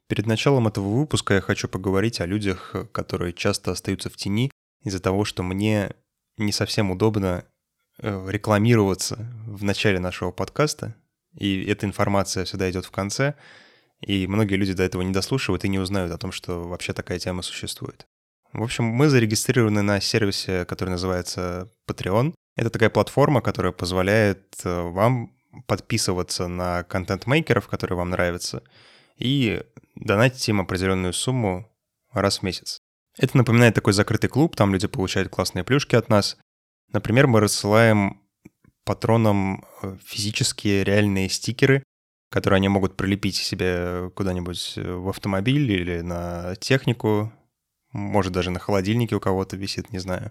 Перед началом этого выпуска я хочу поговорить о людях, которые часто остаются в тени из-за того, что мне не совсем удобно рекламироваться в начале нашего подкаста, и эта информация всегда идет в конце, и многие люди до этого не дослушивают и не узнают о том, что вообще такая тема существует. В общем, мы зарегистрированы на сервисе, который называется Patreon. Это такая платформа, которая позволяет вам подписываться на контент-мейкеров, которые вам нравятся, и донатить им определенную сумму раз в месяц. Это напоминает такой закрытый клуб, там люди получают классные плюшки от нас. Например, мы рассылаем патронам физические реальные стикеры, которые они могут прилепить себе куда-нибудь в автомобиль или на технику, может, даже на холодильнике у кого-то висит, не знаю.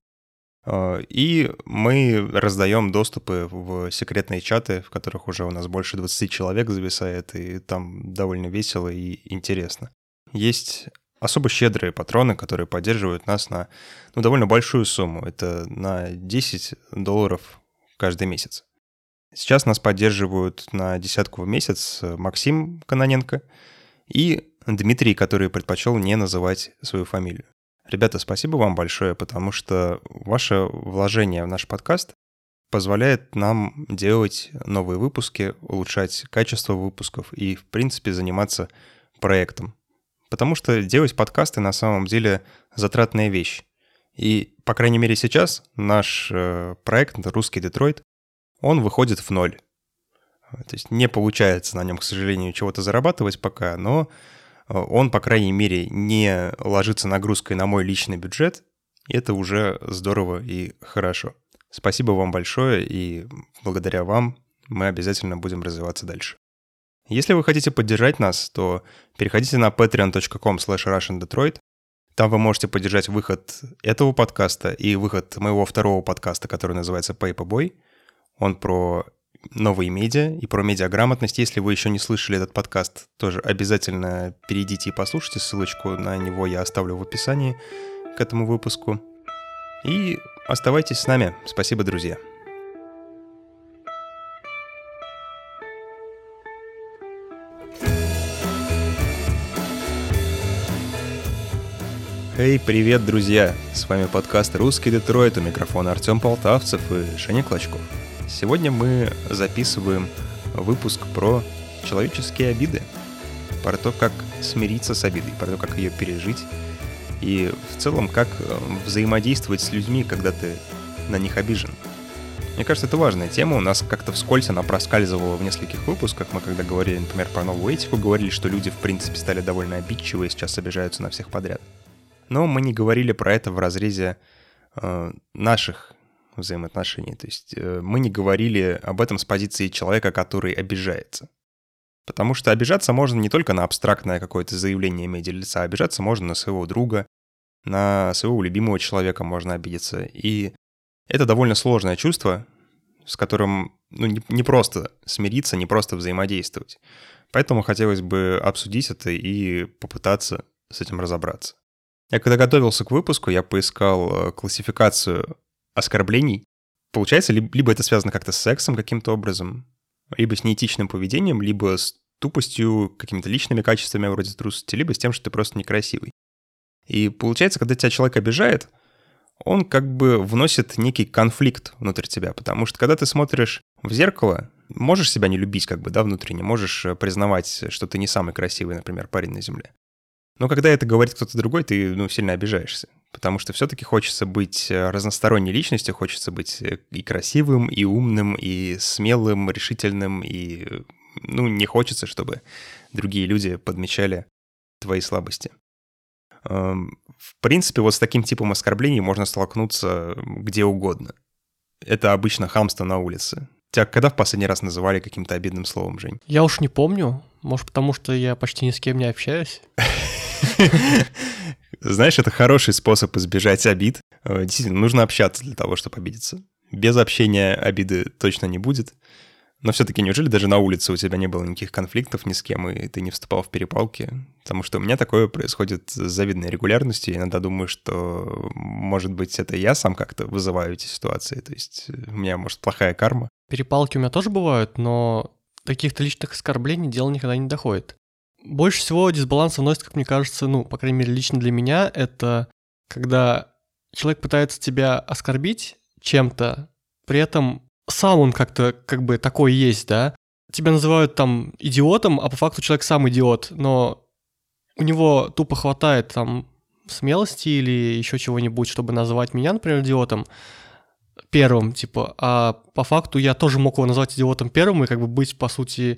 И мы раздаем доступы в секретные чаты, в которых уже у нас больше 20 человек зависает, и там довольно весело и интересно. Есть особо щедрые патроны, которые поддерживают нас на довольно большую сумму. Это на $10 каждый месяц. Сейчас нас поддерживают на десятку в месяц Максим Кононенко и Дмитрий, который предпочел не называть свою фамилию. Ребята, спасибо вам большое, потому что ваше вложение в наш подкаст позволяет нам делать новые выпуски, улучшать качество выпусков и, в принципе, заниматься проектом. Потому что делать подкасты на самом деле затратная вещь. И, по крайней мере, сейчас наш проект «Русский Детройт», он выходит в ноль. То есть не получается на нем, к сожалению, чего-то зарабатывать пока, но он, по крайней мере, не ложится нагрузкой на мой личный бюджет, и это уже здорово и хорошо. Спасибо вам большое, и благодаря вам мы обязательно будем развиваться дальше. Если вы хотите поддержать нас, то переходите на patreon.com/RussianDetroit. Там вы можете поддержать выход этого подкаста и выход моего второго подкаста, который называется Paperboy. Он про новые медиа и про медиаграмотность. Если вы еще не слышали этот подкаст, тоже обязательно перейдите и послушайте. Ссылочку на него я оставлю в описании к этому выпуску. И оставайтесь с нами. Спасибо, друзья. Эй, привет, друзья! С вами подкаст «Русский Детройт», у микрофона Артем Полтавцев и Женя Клочков. Сегодня мы записываем выпуск про человеческие обиды, про то, как смириться с обидой, про то, как ее пережить, и в целом, как взаимодействовать с людьми, когда ты на них обижен. Мне кажется, это важная тема, у нас как-то вскользь она проскальзывала в нескольких выпусках. Мы когда говорили, например, про новую этику, говорили, что люди, в принципе, стали довольно обидчивы и сейчас обижаются на всех подряд. Но мы не говорили про это в разрезе наших взаимоотношений. То есть мы не говорили об этом с позиции человека, который обижается. Потому что обижаться можно не только на абстрактное какое-то заявление иметь лица, обижаться можно на своего друга, на своего любимого человека можно обидеться. И это довольно сложное чувство, с которым не просто смириться, не просто взаимодействовать. Поэтому хотелось бы обсудить это и попытаться с этим разобраться. Я когда готовился к выпуску, я поискал классификацию оскорблений. Получается, либо это связано как-то с сексом каким-то образом, либо с неэтичным поведением, либо с тупостью, какими-то личными качествами вроде трусости, либо с тем, что ты просто некрасивый. И получается, когда тебя человек обижает, он как бы вносит некий конфликт внутрь тебя, потому что когда ты смотришь в зеркало, можешь себя не любить как бы, да, внутренне, можешь признавать, что ты не самый красивый, например, парень на земле. Но когда это говорит кто-то другой, ты сильно обижаешься. Потому что все-таки хочется быть разносторонней личностью, хочется быть и красивым, и умным, и смелым, решительным, и не хочется, чтобы другие люди подмечали твои слабости. В принципе, вот с таким типом оскорблений можно столкнуться где угодно. Это обычно хамство на улице. Тебя когда в последний раз называли каким-то обидным словом, Жень? Я уж не помню. Может, потому что я почти ни с кем не общаюсь. Знаешь, это хороший способ избежать обид. Действительно, нужно общаться для того, чтобы обидеться. Без общения обиды точно не будет. Но все-таки неужели даже на улице у тебя не было никаких конфликтов ни с кем, и ты не вступал в перепалки? Потому что у меня такое происходит с завидной регулярностью. Я иногда думаю, что, может быть, это я сам как-то вызываю эти ситуации. То есть у меня, может, плохая карма. Перепалки у меня тоже бывают, но до каких-то личных оскорблений дело никогда не доходит. Больше всего дисбаланс вносит, как мне кажется, ну, по крайней мере, лично для меня, это когда человек пытается тебя оскорбить чем-то, при этом сам он как-то как бы такой есть, да? Тебя называют там идиотом, а по факту человек сам идиот, но у него тупо хватает там смелости или еще чего-нибудь, чтобы назвать меня, например, идиотом первым, типа, а по факту я тоже мог его назвать идиотом первым и как бы быть, по сути,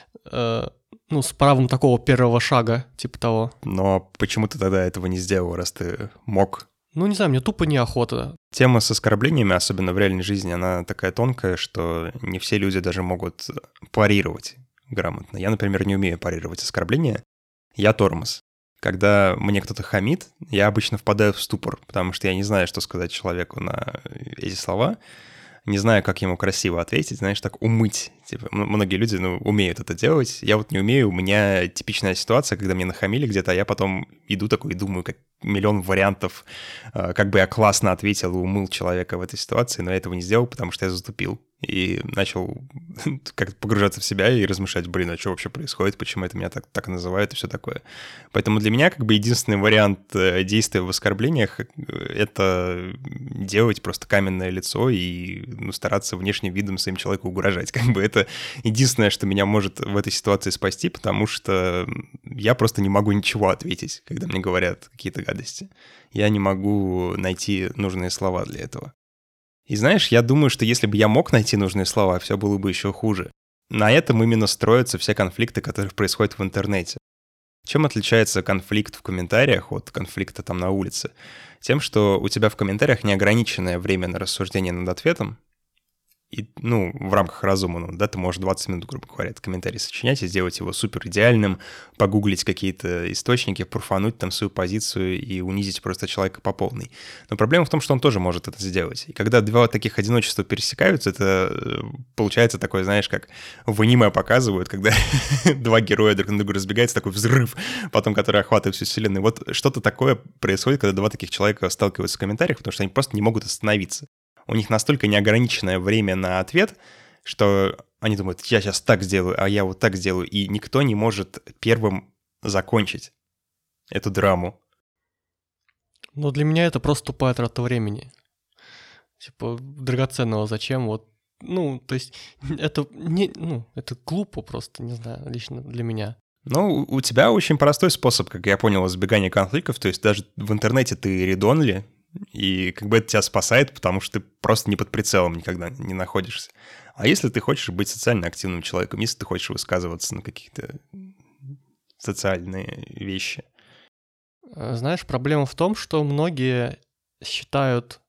ну, с правом такого первого шага, типа того. Но почему ты тогда этого не сделал, раз ты мог? Ну, не знаю, мне тупо неохота. Тема с оскорблениями, особенно в реальной жизни, она такая тонкая, что не все люди даже могут парировать грамотно. Я, например, не умею парировать оскорбления. Я тормоз. Когда мне кто-то хамит, я обычно впадаю в ступор, потому что я не знаю, что сказать человеку на эти слова, не знаю, как ему красиво ответить, знаешь, так умыть. Типа, многие люди, умеют это делать. Я вот не умею. У меня типичная ситуация, когда мне нахамили где-то, а я потом иду такой и думаю, как миллион вариантов, как бы я классно ответил и умыл человека в этой ситуации, но я этого не сделал, потому что я затупил. И начал как-то погружаться в себя и размышлять, блин, а что вообще происходит, почему это меня так называют и все такое. Поэтому для меня как бы единственный вариант действия в оскорблениях — это делать просто каменное лицо и стараться внешним видом своим человеку угрожать. Как бы это единственное, что меня может в этой ситуации спасти, потому что я просто не могу ничего ответить, когда мне говорят какие-то гадости. Я не могу найти нужные слова для этого. И знаешь, я думаю, что если бы я мог найти нужные слова, все было бы еще хуже. На этом именно строятся все конфликты, которые происходят в интернете. Чем отличается конфликт в комментариях от конфликта там на улице? Тем, что у тебя в комментариях неограниченное время на рассуждение над ответом, и, в рамках разума, да, ты можешь 20 минут, грубо говоря, этот комментарий сочинять и сделать его супер идеальным, погуглить какие-то источники, пруфануть там свою позицию и унизить просто человека по полной. Но проблема в том, что он тоже может это сделать. И когда два таких одиночества пересекаются, это получается такое, знаешь, как в аниме показывают, когда два героя друг на друга разбегаются, такой взрыв, потом который охватывает всю вселенную. Вот что-то такое происходит, когда два таких человека сталкиваются в комментариях, потому что они просто не могут остановиться. У них настолько неограниченное время на ответ, что они думают, я сейчас так сделаю, а я вот так сделаю, и никто не может первым закончить эту драму. Но для меня это просто тупая трата времени. Типа, драгоценного зачем? Вот, то есть, это это глупо просто, не знаю, лично для меня. У тебя очень простой способ, как я понял, избегания конфликтов, то есть даже в интернете ты редонли, и как бы это тебя спасает, потому что ты просто не под прицелом никогда не находишься. А если ты хочешь быть социально активным человеком, если ты хочешь высказываться на какие-то социальные вещи? Знаешь, проблема в том, что многие считают,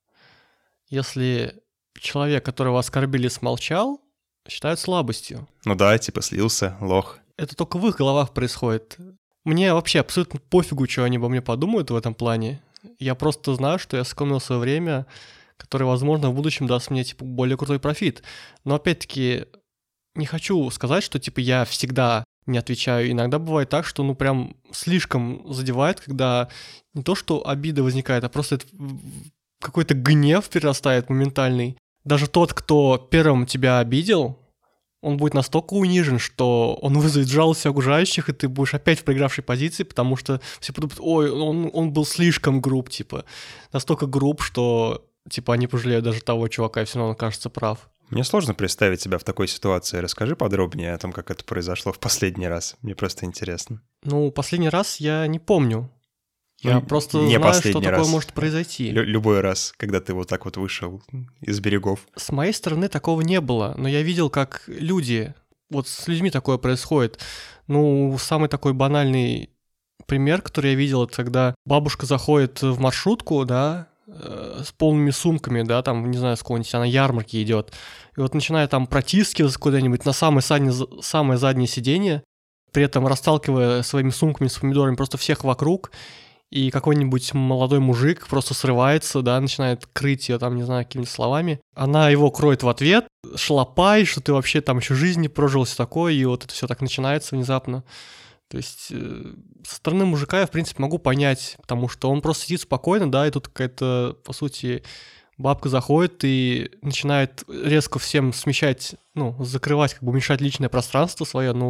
если человек, которого оскорбили, смолчал, считают слабостью. Ну да, типа слился, лох. Это только в их головах происходит. Мне вообще абсолютно пофигу, что они обо мне подумают в этом плане. Я просто знаю, что я сэкономил свое время, которое, возможно, в будущем даст мне, типа, более крутой профит. Но, опять-таки, не хочу сказать, что, типа, я всегда не отвечаю. Иногда бывает так, что, прям слишком задевает, когда не то, что обида возникает, а просто какой-то гнев перерастает моментальный. Даже тот, кто первым тебя обидел, он будет настолько унижен, что он вызовет жалость окружающих, и ты будешь опять в проигравшей позиции, потому что все подумают, ой, он был слишком груб, типа. Настолько груб, что, типа, они пожалеют даже того чувака, и все равно он кажется прав. Мне сложно представить себя в такой ситуации. Расскажи подробнее о том, как это произошло в последний раз. Мне просто интересно. Последний раз я не помню. Я просто не знаю, что такое раз. Может произойти. Любой раз, когда ты вот так вот вышел из берегов. С моей стороны такого не было, но я видел, как люди, вот с людьми такое происходит. Самый такой банальный пример, который я видел, это когда бабушка заходит в маршрутку, да, с полными сумками, да, там, не знаю, с какой-нибудь, она ярмарки идет, и вот начинает там протискиваться куда-нибудь на самое заднее сиденье, при этом расталкивая своими сумками с помидорами просто всех вокруг, и какой-нибудь молодой мужик просто срывается, да, начинает крыть ее там, не знаю, какими-то словами. Она его кроет в ответ, шлапай, что ты вообще там еще жизни прожил, все такое, и вот это все так начинается внезапно. То есть со стороны мужика я, в принципе, могу понять, потому что он просто сидит спокойно, да, и тут какая-то, по сути, бабка заходит и начинает резко всем смещать, закрывать, как бы уменьшать личное пространство свое, но тут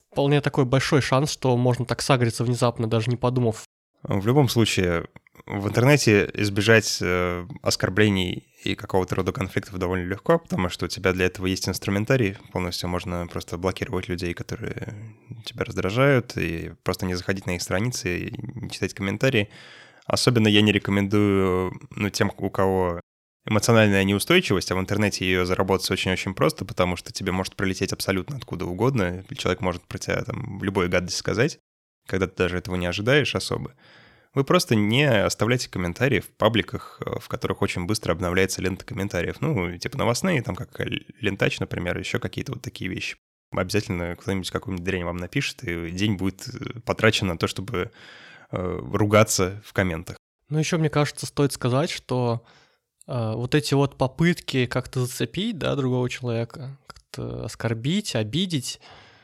вполне такой большой шанс, что можно так сагриться внезапно, даже не подумав. В любом случае, в интернете избежать оскорблений и какого-то рода конфликтов довольно легко, потому что у тебя для этого есть инструментарий. Полностью можно просто блокировать людей, которые тебя раздражают, и просто не заходить на их страницы и не читать комментарии. Особенно я не рекомендую тем, у кого эмоциональная неустойчивость, а в интернете ее заработать очень-очень просто, потому что тебе может прилететь абсолютно откуда угодно, человек может про тебя там любую гадость сказать, когда ты даже этого не ожидаешь особо. Вы просто не оставляйте комментарии в пабликах, в которых очень быстро обновляется лента комментариев. Типа новостные, там как Лентач, например, еще какие-то вот такие вещи. Обязательно кто-нибудь какую-нибудь дрянь вам напишет, и день будет потрачен на то, чтобы ругаться в комментах. Еще, мне кажется, стоит сказать, что вот эти вот попытки как-то зацепить, да, другого человека, как-то оскорбить, обидеть,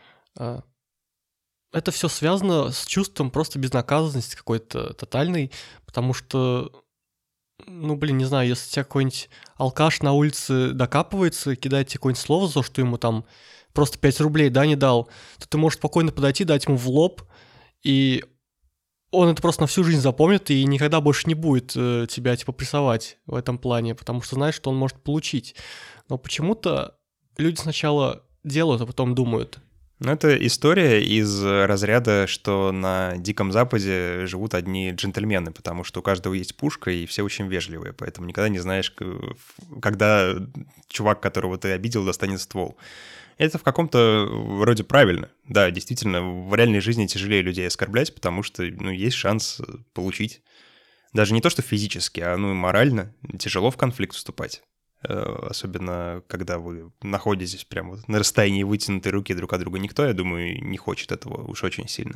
это все связано с чувством просто безнаказанности какой-то тотальной, потому что, не знаю, если тебя какой-нибудь алкаш на улице докапывается, кидает тебе какое-нибудь слово за то, что ему там просто 5 рублей, да, не дал, то ты можешь спокойно подойти, дать ему в лоб, и он это просто на всю жизнь запомнит и никогда больше не будет тебя, прессовать в этом плане, потому что знает, что он может получить. Но почему-то люди сначала делают, а потом думают. Это история из разряда, что на Диком Западе живут одни джентльмены, потому что у каждого есть пушка, и все очень вежливые, поэтому никогда не знаешь, когда чувак, которого ты обидел, достанет ствол. Это в каком-то роде правильно. Да, действительно, в реальной жизни тяжелее людей оскорблять, потому что есть шанс получить. Даже не то, что физически, а и морально тяжело в конфликт вступать. Особенно, когда вы находитесь прямо на расстоянии вытянутой руки друг от друга. Никто, я думаю, не хочет этого уж очень сильно.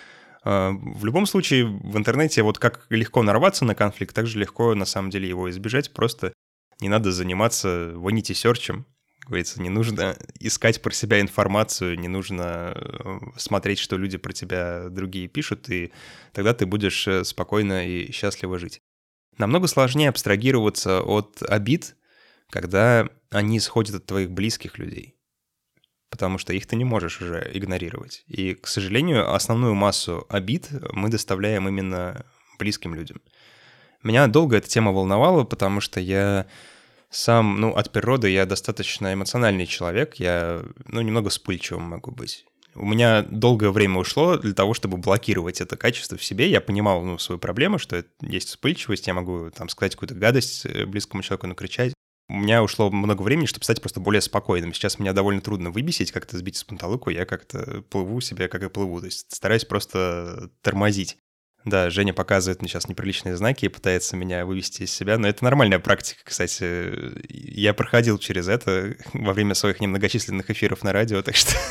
В любом случае, в интернете вот как легко нарваться на конфликт, так же легко на самом деле его избежать. Просто не надо заниматься vanity-серчем. Говорится, не нужно искать про себя информацию, не нужно смотреть, что люди про тебя другие пишут, и тогда ты будешь спокойно и счастливо жить. Намного сложнее абстрагироваться от обид, когда они исходят от твоих близких людей, потому что их ты не можешь уже игнорировать. И, к сожалению, основную массу обид мы доставляем именно близким людям. Меня долго эта тема волновала, потому что я сам, от природы я достаточно эмоциональный человек, я, немного вспыльчивым могу быть. У меня долгое время ушло для того, чтобы блокировать это качество в себе. Я понимал, свою проблему, что есть вспыльчивость, я могу сказать какую-то гадость близкому человеку, накричать. У меня ушло много времени, чтобы стать просто более спокойным. Сейчас меня довольно трудно выбесить, как-то сбить с панталыку, я как-то плыву себе, как и плыву. То есть стараюсь просто тормозить. Да, Женя показывает мне сейчас неприличные знаки и пытается меня вывести из себя, но это нормальная практика, кстати. Я проходил через это во время своих немногочисленных эфиров на радио, так что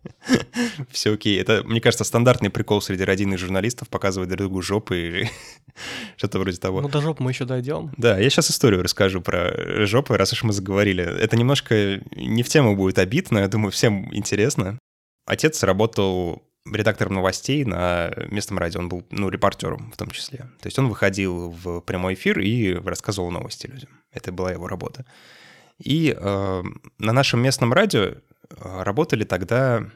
все окей. Это, мне кажется, стандартный прикол среди радийных журналистов показывать друг другу жопы или что-то вроде того. До жопы мы еще дойдем. Да, я сейчас историю расскажу про жопы, раз уж мы заговорили. Это немножко не в тему будет обид, но я думаю, всем интересно. Отец работал редактором новостей на местном радио, он был, репортером в том числе. То есть он выходил в прямой эфир и рассказывал новости людям. Это была его работа. И на нашем местном радио работали тогда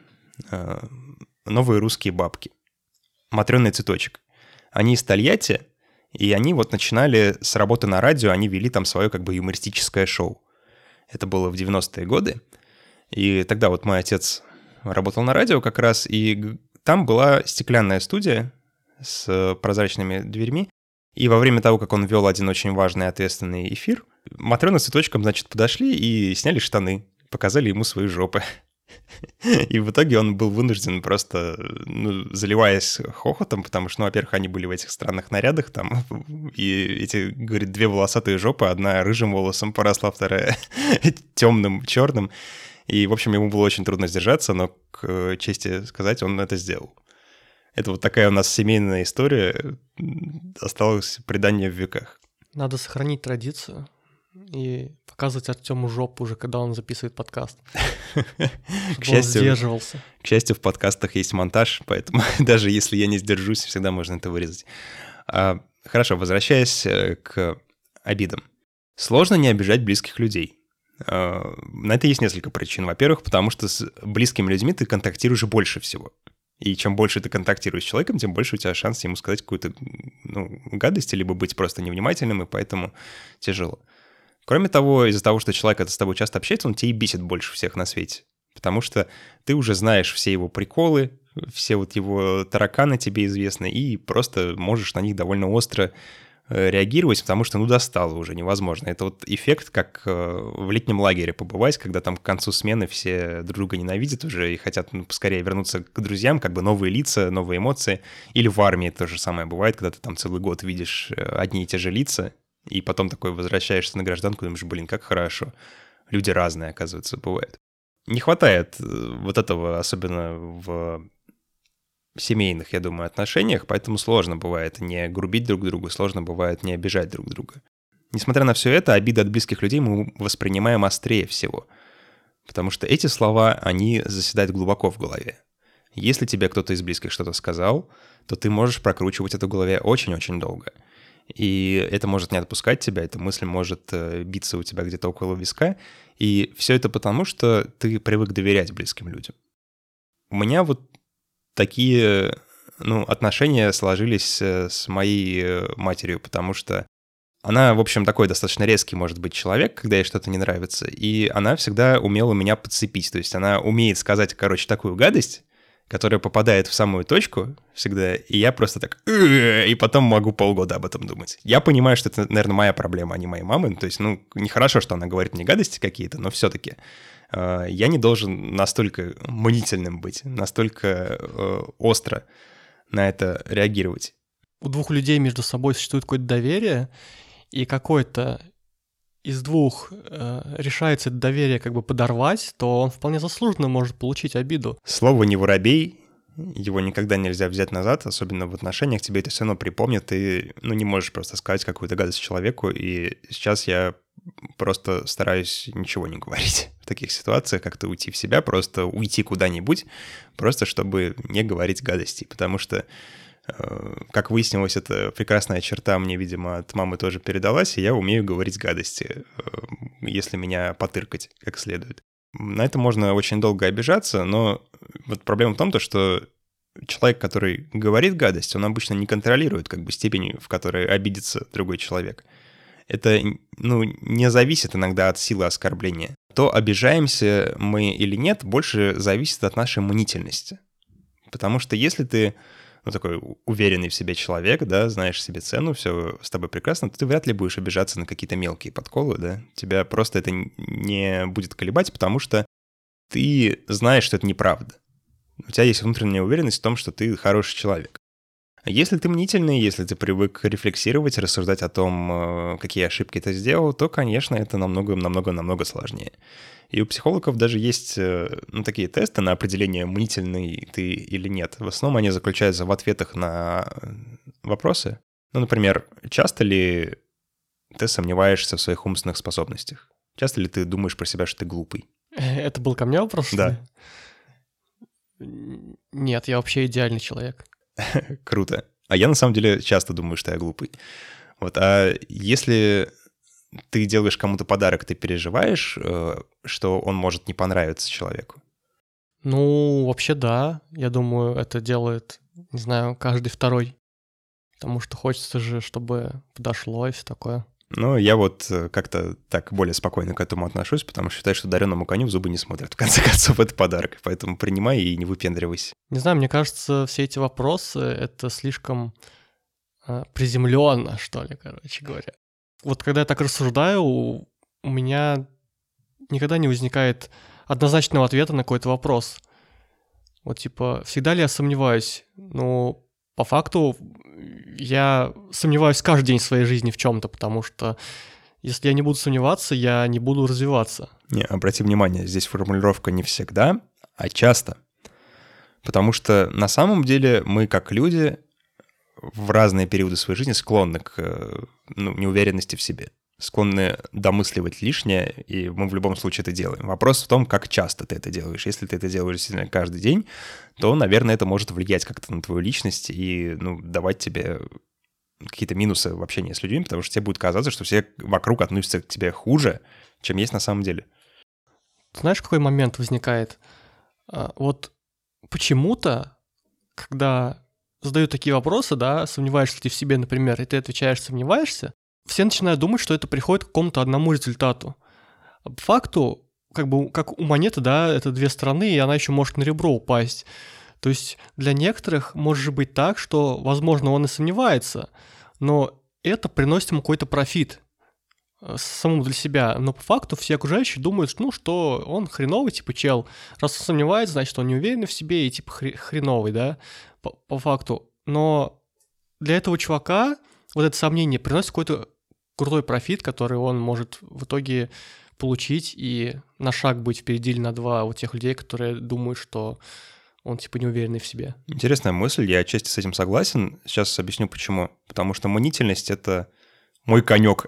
новые русские бабки. Матрёный цветочек. Они из Тольятти, и они начинали с работы на радио, они вели там свое юмористическое шоу. Это было в 90-е годы. И тогда мой отец работал на радио как раз, и там была стеклянная студия с прозрачными дверьми. И во время того, как он вел один очень важный и ответственный эфир, Матрёна с цветочком, подошли и сняли штаны, показали ему свои жопы. И в итоге он был вынужден просто, заливаясь хохотом, потому что, во-первых, они были в этих странных нарядах там, и эти, говорит, 2 волосатые жопы, одна рыжим волосом поросла, вторая темным, черным. И, в общем, ему было очень трудно сдержаться, но, к чести сказать, он это сделал. Это такая у нас семейная история, осталось предание в веках. Надо сохранить традицию и показывать Артему жопу уже, когда он записывает подкаст. К счастью, в подкастах есть монтаж, поэтому даже если я не сдержусь, всегда можно это вырезать. Хорошо, возвращаясь к обидам. Сложно не обижать близких людей. На это есть несколько причин. Во-первых, потому что с близкими людьми ты контактируешь больше всего. И чем больше ты контактируешь с человеком, тем больше у тебя шанс ему сказать какую-то гадость, либо быть просто невнимательным, и поэтому тяжело. Кроме того, из-за того, что человек с тобой часто общается, он тебя и бесит больше всех на свете. Потому что ты уже знаешь все его приколы, все вот его тараканы тебе известны, и просто можешь на них довольно остро реагировать, потому что, достало уже, невозможно. Это вот эффект, как в летнем лагере побывать, когда там к концу смены все друг друга ненавидят уже и хотят поскорее вернуться к друзьям, как бы новые лица, новые эмоции. Или в армии то же самое бывает, когда ты там целый год видишь одни и те же лица, и потом такой возвращаешься на гражданку и думаешь, как хорошо. Люди разные, оказывается, бывают. Не хватает вот этого, особенно в семейных, я думаю, отношениях, поэтому сложно бывает не грубить друг другу, сложно бывает не обижать друг друга. Несмотря на все это, обиды от близких людей мы воспринимаем острее всего, потому что эти слова, они заседают глубоко в голове. Если тебе кто-то из близких что-то сказал, то ты можешь прокручивать это в голове очень-очень долго. И это может не отпускать тебя, эта мысль может биться у тебя где-то около виска, и все это потому, что ты привык доверять близким людям. У меня вот такие, отношения сложились с моей матерью, потому что она, в общем, такой достаточно резкий может быть человек, когда ей что-то не нравится, и она всегда умела меня подцепить, то есть она умеет сказать, такую гадость, которая попадает в самую точку всегда, и я просто так, и потом могу полгода об этом думать. Я понимаю, что это, наверное, моя проблема, а не моей мамы, то есть, нехорошо, что она говорит мне гадости какие-то, но все-таки я не должен настолько мнительным быть, настолько остро на это реагировать. У двух людей между собой существует какое-то доверие, и какой-то из двух решается это доверие подорвать, то он вполне заслуженно может получить обиду. Слово «не воробей», его никогда нельзя взять назад, особенно в отношениях, тебе это все равно припомнит, ты не можешь просто сказать какую-то гадость человеку, и сейчас я просто стараюсь ничего не говорить в таких ситуациях, как-то уйти в себя, просто уйти куда-нибудь, просто чтобы не говорить гадостей, потому что, как выяснилось, это прекрасная черта мне, видимо, от мамы тоже передалась, и я умею говорить гадости, если меня потыркать как следует. На это можно очень долго обижаться, но вот проблема в том, что человек, который говорит гадость, он обычно не контролирует степень, в которой обидится другой человек. Это, не зависит иногда от силы оскорбления. То, обижаемся мы или нет, больше зависит от нашей мнительности. Потому что если ты, такой уверенный в себе человек, да, знаешь себе цену, все с тобой прекрасно, то ты вряд ли будешь обижаться на какие-то мелкие подколы, да. Тебя просто это не будет колебать, потому что ты знаешь, что это неправда. У тебя есть внутренняя уверенность в том, что ты хороший человек. Если ты мнительный, если ты привык рефлексировать, рассуждать о том, какие ошибки ты сделал, то, конечно, это намного сложнее. И у психологов даже есть такие тесты на определение, мнительный ты или нет. В основном они заключаются в ответах на вопросы. Например, часто ли ты сомневаешься в своих умственных способностях? Часто ли ты думаешь про себя, что ты глупый? Это был ко мне вопрос? Да. Нет, я вообще идеальный человек. Круто. А я на самом деле часто думаю, что я глупый. А если ты делаешь кому-то подарок, ты переживаешь, что он может не понравиться человеку? Вообще да. Я думаю, это делает, не знаю, каждый второй. Потому что хочется же, чтобы подошло и все такое. Я как-то так более спокойно к этому отношусь, потому что считаю, что дареному коню в зубы не смотрят. В конце концов, это подарок, поэтому принимай и не выпендривайся. Не знаю, мне кажется, все эти вопросы — это слишком приземленно, что ли, короче говоря. Когда я так рассуждаю, у меня никогда не возникает однозначного ответа на какой-то вопрос. Всегда ли я сомневаюсь? По факту я сомневаюсь каждый день своей жизни в чем-то, потому что если я не буду сомневаться, я не буду развиваться. Не, обрати внимание, здесь формулировка не всегда, а часто. Потому что на самом деле мы, как люди, в разные периоды своей жизни склонны к неуверенности в себе, склонны домысливать лишнее, и мы в любом случае это делаем. Вопрос в том, как часто ты это делаешь. Если ты это делаешь действительно каждый день, то, наверное, это может влиять как-то на твою личность и давать тебе какие-то минусы в общении с людьми, потому что тебе будет казаться, что все вокруг относятся к тебе хуже, чем есть на самом деле. знаешь, какой момент возникает? Вот почему-то, когда задают такие вопросы, да, сомневаешься ли ты в себе, например, и ты отвечаешь «сомневаешься», все начинают думать, что это приходит к какому-то одному результату. А по факту, как у монеты, да, это две стороны, и она еще может на ребро упасть. То есть для некоторых может быть так, что, возможно, он и сомневается, но это приносит ему какой-то профит самому для себя. Но по факту все окружающие думают, что он хреновый, типа, чел. Раз он сомневается, значит, он не уверен в себе и, типа, хреновый, да, по факту. Но для этого чувака вот это сомнение приносит какой-то крутой профит, который он может в итоге получить и на шаг быть впереди или на два у тех людей, которые думают, что он типа неуверенный в себе. Интересная мысль, я отчасти с этим согласен. Сейчас объясню почему. Потому что мнительность — это мой конек,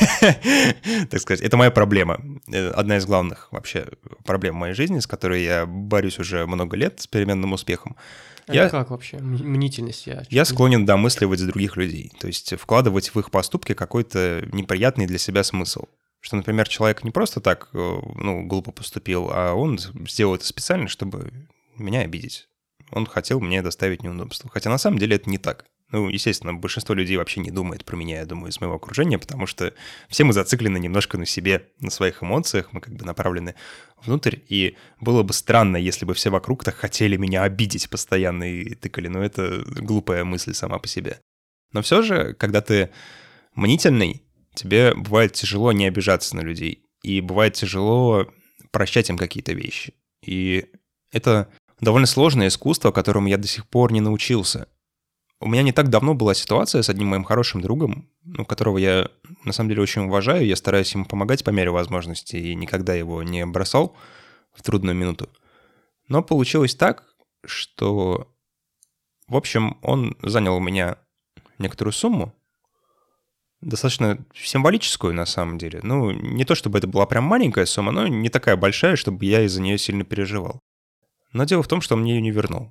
так сказать. Это моя проблема. Одна из главных вообще проблем в моей жизни, с которой я борюсь уже много лет с переменным успехом. Это как вообще? Мнительность? Я склонен домысливать за других людей. То есть вкладывать в их поступки какой-то неприятный для себя смысл. Что, например, человек не просто так глупо поступил, а он сделал это специально, чтобы меня обидеть. Он хотел мне доставить неудобства. Хотя на самом деле это не так. Естественно, большинство людей вообще не думает про меня, я думаю, из моего окружения, потому что все мы зациклены немножко на себе, на своих эмоциях, мы как бы направлены внутрь, и было бы странно, если бы все вокруг-то хотели меня обидеть постоянно и тыкали, но это глупая мысль сама по себе. Но все же, когда ты мнительный, тебе бывает тяжело не обижаться на людей, и бывает тяжело прощать им какие-то вещи. И это довольно сложное искусство, которому я до сих пор не научился. У меня не так давно была ситуация с одним моим хорошим другом, которого я на самом деле очень уважаю, я стараюсь ему помогать по мере возможности и никогда его не бросал в трудную минуту. Но получилось так, что, в общем, он занял у меня некоторую сумму, достаточно символическую на самом деле. Не то чтобы это была прям маленькая сумма, но не такая большая, чтобы я из-за нее сильно переживал. Но дело в том, что он мне ее не вернул.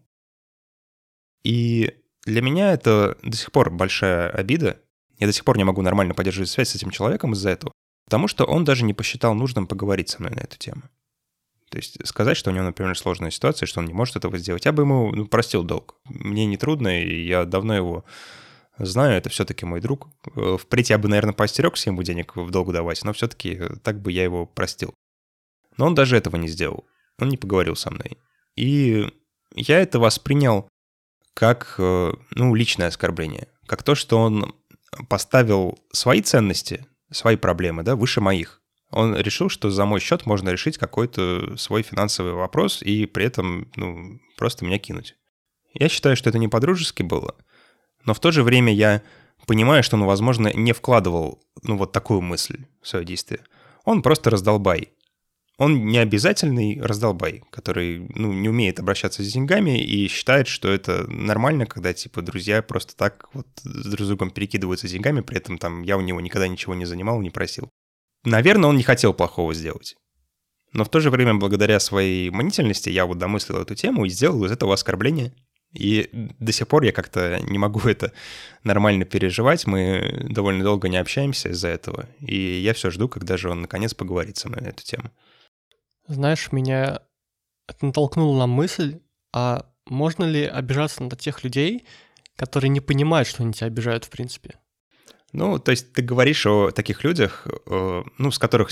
И для меня это до сих пор большая обида. Я до сих пор не могу нормально поддерживать связь с этим человеком из-за этого, потому что он даже не посчитал нужным поговорить со мной на эту тему. То есть сказать, что у него, например, сложная ситуация, что он не может этого сделать, я бы ему простил долг. Мне не трудно, и я давно его знаю, это все-таки мой друг. Впредь я бы, наверное, поостерегся ему денег в долг давать, но все-таки так бы я его простил. Но он даже этого не сделал. Он не поговорил со мной. И я это воспринял как личное оскорбление, как то, что он поставил свои ценности, свои проблемы, да, выше моих. Он решил, что за мой счет можно решить какой-то свой финансовый вопрос и при этом просто меня кинуть. Я считаю, что это не по-дружески было, но в то же время я понимаю, что он, возможно, не вкладывал вот такую мысль в свое действие. Он просто раздолбай. Он не обязательный раздолбай, который, не умеет обращаться с деньгами и считает, что это нормально, когда, друзья просто так вот друг с другом перекидываются деньгами, при этом я у него никогда ничего не занимал, не просил. Наверное, он не хотел плохого сделать. Но в то же время, благодаря своей мнительности, я домыслил эту тему и сделал из этого оскорбление. И до сих пор я как-то не могу это нормально переживать. Мы довольно долго не общаемся из-за этого. И я все жду, когда же он наконец поговорит со мной на эту тему. Знаешь, меня это натолкнуло на мысль, а можно ли обижаться на тех людей, которые не понимают, что они тебя обижают в принципе? То есть ты говоришь о таких людях, с которых,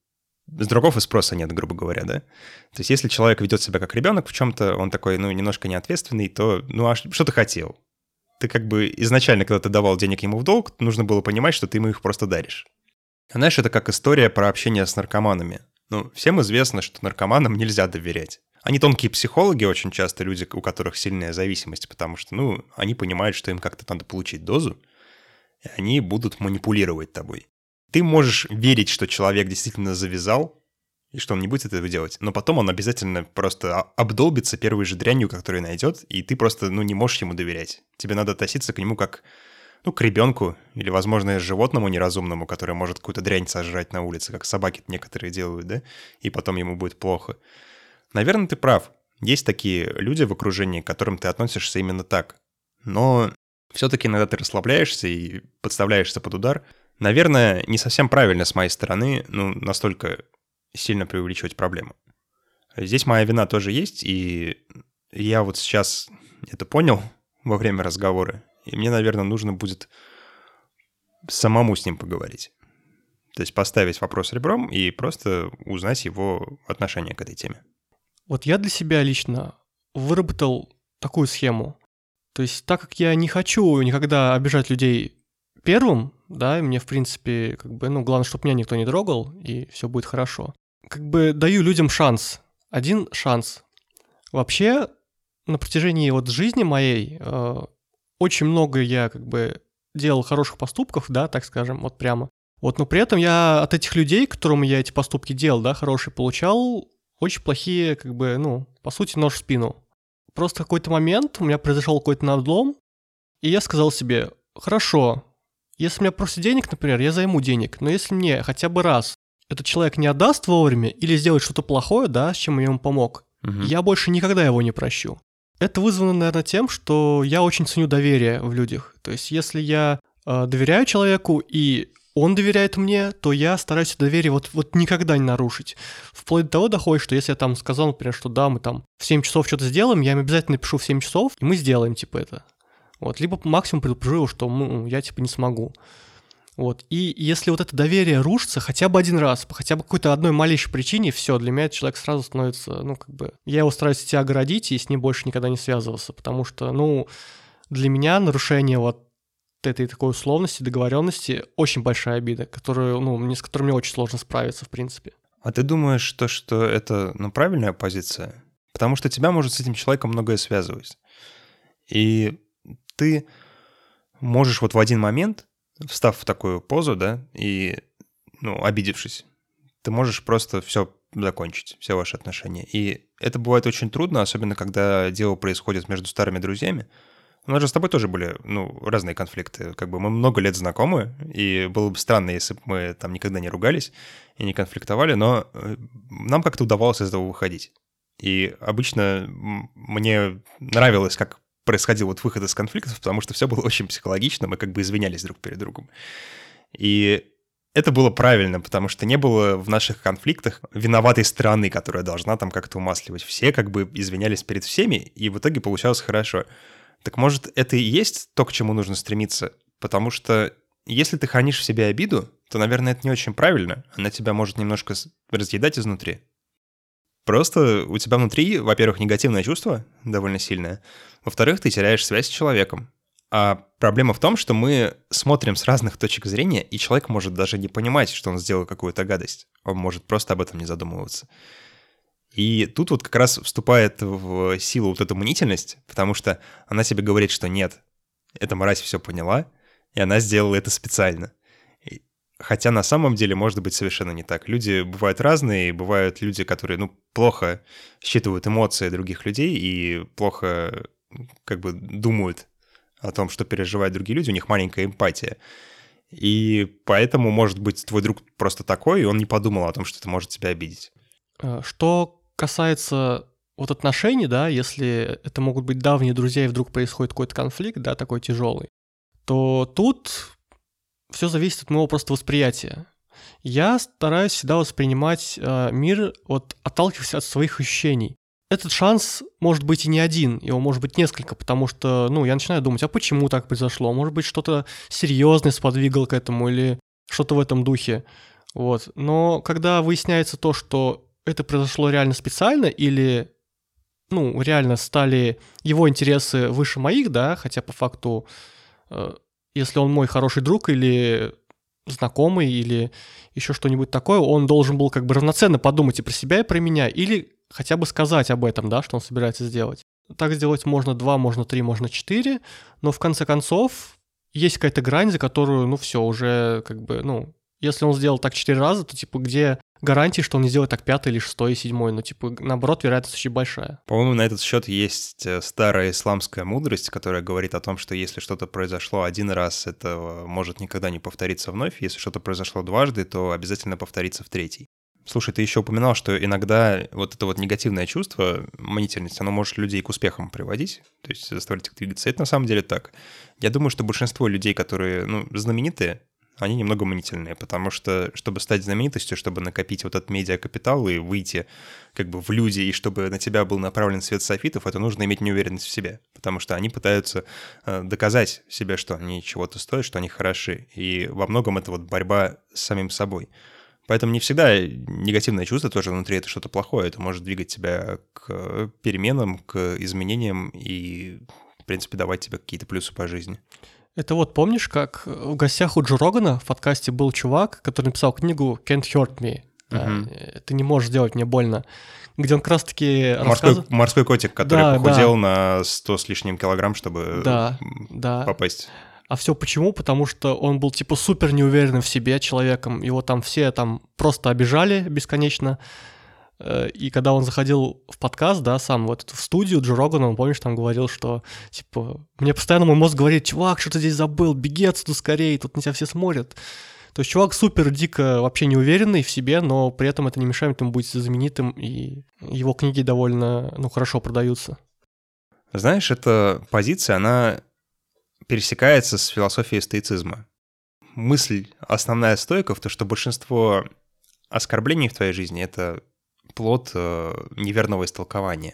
с другого спроса нет, грубо говоря, да? То есть если человек ведет себя как ребенок в чем-то, он такой, немножко неответственный, то, а что ты хотел? Ты изначально, когда ты давал денег ему в долг, нужно было понимать, что ты ему их просто даришь. Знаешь, это как история про общение с наркоманами. Всем известно, что наркоманам нельзя доверять. Они тонкие психологи, очень часто люди, у которых сильная зависимость, потому что, они понимают, что им как-то надо получить дозу, и они будут манипулировать тобой. Ты можешь верить, что человек действительно завязал, и что он не будет этого делать, но потом он обязательно просто обдолбится первой же дрянью, которую найдет, и ты просто, не можешь ему доверять. Тебе надо относиться к нему как, к ребенку или, возможно, животному неразумному, который может какую-то дрянь сожрать на улице, как собаки некоторые делают, да, и потом ему будет плохо. Наверное, ты прав. Есть такие люди в окружении, к которым ты относишься именно так. Но все-таки иногда ты расслабляешься и подставляешься под удар. Наверное, не совсем правильно с моей стороны, настолько сильно преувеличивать проблему. Здесь моя вина тоже есть, и я вот сейчас это понял во время разговора, и мне, наверное, нужно будет самому с ним поговорить. То есть поставить вопрос ребром и просто узнать его отношение к этой теме. Вот я для себя лично выработал такую схему. То есть так как я не хочу никогда обижать людей первым, да, и мне, в принципе, как бы, ну, главное, чтобы меня никто не трогал, и все будет хорошо. Как бы даю людям шанс. Один шанс. Вообще, на протяжении вот жизни моей очень много я как бы делал хороших поступков, да, так скажем, вот прямо. Вот, но при этом я от этих людей, которым я эти поступки делал, да, хорошие, получал очень плохие, как бы, ну, по сути, нож в спину. Просто в какой-то момент у меня произошел какой-то надлом, и я сказал себе, хорошо, если у меня просят денег, например, я займу денег, но если мне хотя бы раз этот человек не отдаст вовремя или сделает что-то плохое, да, с чем я ему помог, я больше никогда его не прощу. Это вызвано, наверное, тем, что я очень ценю доверие в людях. То есть если я доверяю человеку и он доверяет мне, то я стараюсь это доверие вот никогда не нарушить. Вплоть до того доходит, что если я там сказал, например, что да, мы там в 7 часов что-то сделаем, я им обязательно напишу в 7 часов, и мы сделаем, типа, это. Вот. Либо максимум предупрежу его, что я, типа, не смогу. Вот. И если вот это доверие рушится хотя бы один раз, по хотя бы какой-то одной малейшей причине, все, для меня этот человек сразу становится, ну, как бы... Я его стараюсь от себя оградить и с ним больше никогда не связываться, потому что, ну, для меня нарушение вот этой такой условности, договоренности очень большая обида, с которой мне очень сложно справиться, в принципе. А ты думаешь, что это, правильная позиция? Потому что тебя может с этим человеком многое связывать. И ты можешь вот в один момент, встав в такую позу, да, и, обидевшись, ты можешь просто все закончить, все ваши отношения. И это бывает очень трудно, особенно когда дело происходит между старыми друзьями. У нас же с тобой тоже были, разные конфликты. Как бы мы много лет знакомы, и было бы странно, если бы мы там никогда не ругались и не конфликтовали, но нам как-то удавалось из этого выходить. И обычно мне нравилось, как происходил вот выход из конфликтов, потому что все было очень психологично, мы как бы извинялись друг перед другом. И это было правильно, потому что не было в наших конфликтах виноватой стороны, которая должна там как-то умасливать. Все как бы извинялись перед всеми, и в итоге получалось хорошо. Так может, это и есть то, к чему нужно стремиться? Потому что если ты хранишь в себе обиду, то, наверное, это не очень правильно. Она тебя может немножко разъедать изнутри. Просто у тебя внутри, во-первых, негативное чувство довольно сильное. Во-вторых, ты теряешь связь с человеком. А проблема в том, что мы смотрим с разных точек зрения, и человек может даже не понимать, что он сделал какую-то гадость. Он может просто об этом не задумываться. И тут вот как раз вступает в силу вот эта мнительность, потому что она тебе говорит, что нет, эта мразь все поняла, и она сделала это специально. Хотя на самом деле может быть совершенно не так. Люди бывают разные, и бывают люди, которые, плохо считывают эмоции других людей и плохо как бы думают о том, что переживают другие люди, у них маленькая эмпатия. И поэтому, может быть, твой друг просто такой, и он не подумал о том, что это может тебя обидеть. Что касается вот отношений, да, если это могут быть давние друзья, и вдруг происходит какой-то конфликт, да, такой тяжелый, то тут все зависит от моего просто восприятия. Я стараюсь всегда воспринимать мир, вот отталкиваясь от своих ощущений. Этот шанс может быть и не один, его может быть несколько, потому что, я начинаю думать, а почему так произошло? Может быть, что-то серьезное сподвигало к этому или что-то в этом духе. Вот. Но когда выясняется то, что это произошло реально специально или, реально стали его интересы выше моих, да, хотя по факту, если он мой хороший друг или знакомый или еще что-нибудь такое, он должен был как бы равноценно подумать и про себя, и про меня, или хотя бы сказать об этом, да, что он собирается сделать. Так сделать можно 2, можно 3, можно 4, но в конце концов есть какая-то грань, за которую, все, уже как бы, если он сделал так 4 раза, то, типа, где гарантии, что он не сделает так 5 или 6 и 7, наоборот, вероятность очень большая. По-моему, на этот счет есть старая исламская мудрость, которая говорит о том, что если что-то произошло один раз, это может никогда не повториться вновь. Если что-то произошло дважды, то обязательно повторится в третий. Слушай, ты еще упоминал, что иногда вот это вот негативное чувство, мнительность, оно может людей к успехам приводить, то есть заставлять их двигаться. Это на самом деле так. Я думаю, что большинство людей, которые, знаменитые, они немного мнительные, потому что, чтобы стать знаменитостью, чтобы накопить вот этот медиакапитал и выйти как бы в люди, и чтобы на тебя был направлен свет софитов, это нужно иметь неуверенность в себе, потому что они пытаются доказать себе, что они чего-то стоят, что они хороши, и во многом это вот борьба с самим собой. Поэтому не всегда негативное чувство тоже внутри — это что-то плохое, это может двигать тебя к переменам, к изменениям и, в принципе, давать тебе какие-то плюсы по жизни. Это вот помнишь, как в гостях у Джо Рогана в подкасте был чувак, который написал книгу «Can't Hurt Me», «Ты не можешь сделать мне больно», где он как раз-таки рассказывал... Морской котик, который похудел на 100 с лишним килограмм, чтобы попасть. А все почему? Потому что он был типа супер неуверенным в себе человеком, его там все там просто обижали бесконечно. И когда он заходил в подкаст, да, сам вот в студию Джо Рогана, он, помнишь, там говорил, что, типа, мне постоянно мой мозг говорит: чувак, что ты здесь забыл, беги отсюда скорее, тут на тебя все смотрят. То есть чувак супер дико вообще неуверенный в себе, но при этом это не мешает ему быть знаменитым, и его книги довольно, хорошо продаются. Знаешь, эта позиция, она пересекается с философией стоицизма. Мысль основная стоиков — то, что большинство оскорблений в твоей жизни — это плод неверного истолкования.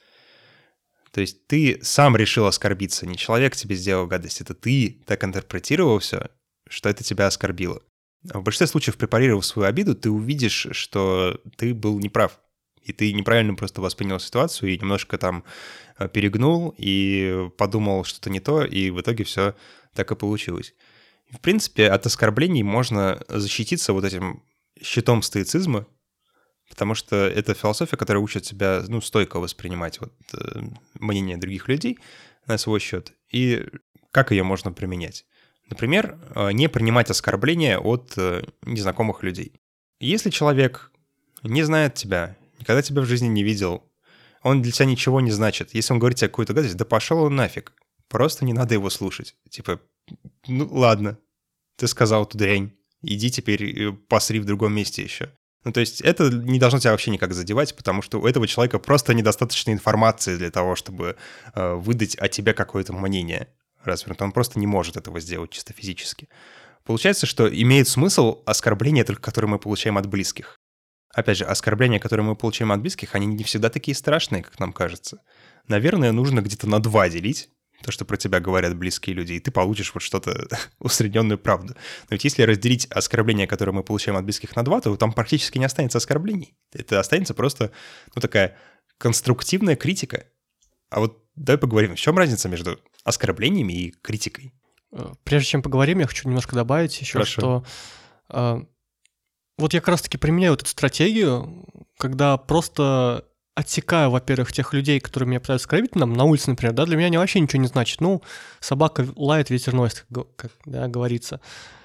То есть ты сам решил оскорбиться, не человек тебе сделал гадость, это ты так интерпретировал все, что это тебя оскорбило. В большинстве случаев, препарировав свою обиду, ты увидишь, что ты был неправ, и ты неправильно просто воспринял ситуацию и немножко там перегнул и подумал что-то не то, и в итоге все так и получилось. В принципе, от оскорблений можно защититься вот этим щитом стоицизма, потому что это философия, которая учит тебя, стойко воспринимать мнение других людей на свой счет. И как ее можно применять? Например, не принимать оскорбления от незнакомых людей. Если человек не знает тебя, никогда тебя в жизни не видел, он для тебя ничего не значит. Если он говорит тебе какую-то гадость, да пошел он нафиг. Просто не надо его слушать. Типа, ладно, ты сказал эту дрянь, иди теперь посри в другом месте еще. То есть это не должно тебя вообще никак задевать, потому что у этого человека просто недостаточно информации для того, чтобы выдать о тебе какое-то мнение развернутое. Он просто не может этого сделать чисто физически. Получается, что имеет смысл оскорбления, только которые мы получаем от близких. Опять же, оскорбления, которые мы получаем от близких, они не всегда такие страшные, как нам кажется. Наверное, нужно где-то на 2 делить то, что про тебя говорят близкие люди, и ты получишь вот что-то, усредненную правду. Но ведь если разделить оскорбления, которые мы получаем от близких, на 2, то там практически не останется оскорблений. Это останется просто, такая конструктивная критика. А вот давай поговорим, в чем разница между оскорблениями и критикой? Прежде чем поговорим, я хочу немножко добавить еще, Хорошо. что вот я как раз-таки применяю эту стратегию, когда просто отсекаю, во-первых, тех людей, которые меня пытаются оскорбить, на улице, например, да, для меня они вообще ничего не значит. Собака лает, ветер носит, как говорится.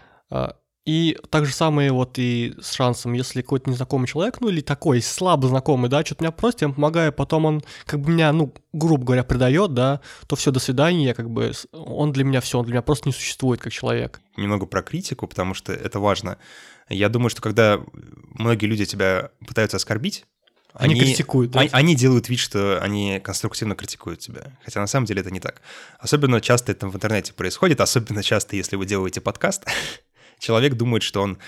И так же самое вот и с шансом, если какой-то незнакомый человек, или такой слабо знакомый, да, что-то меня просит, я ему помогаю, потом он как бы меня, грубо говоря, предает, да, то все, до свидания, он для меня все, он для меня просто не существует как человек. Немного про критику, потому что это важно. Я думаю, что когда многие люди тебя пытаются оскорбить, они критикуют, да? Они делают вид, что они конструктивно критикуют тебя. Хотя на самом деле это не так. Особенно часто это в интернете происходит, особенно часто, если вы делаете подкаст. Человек думает, что он,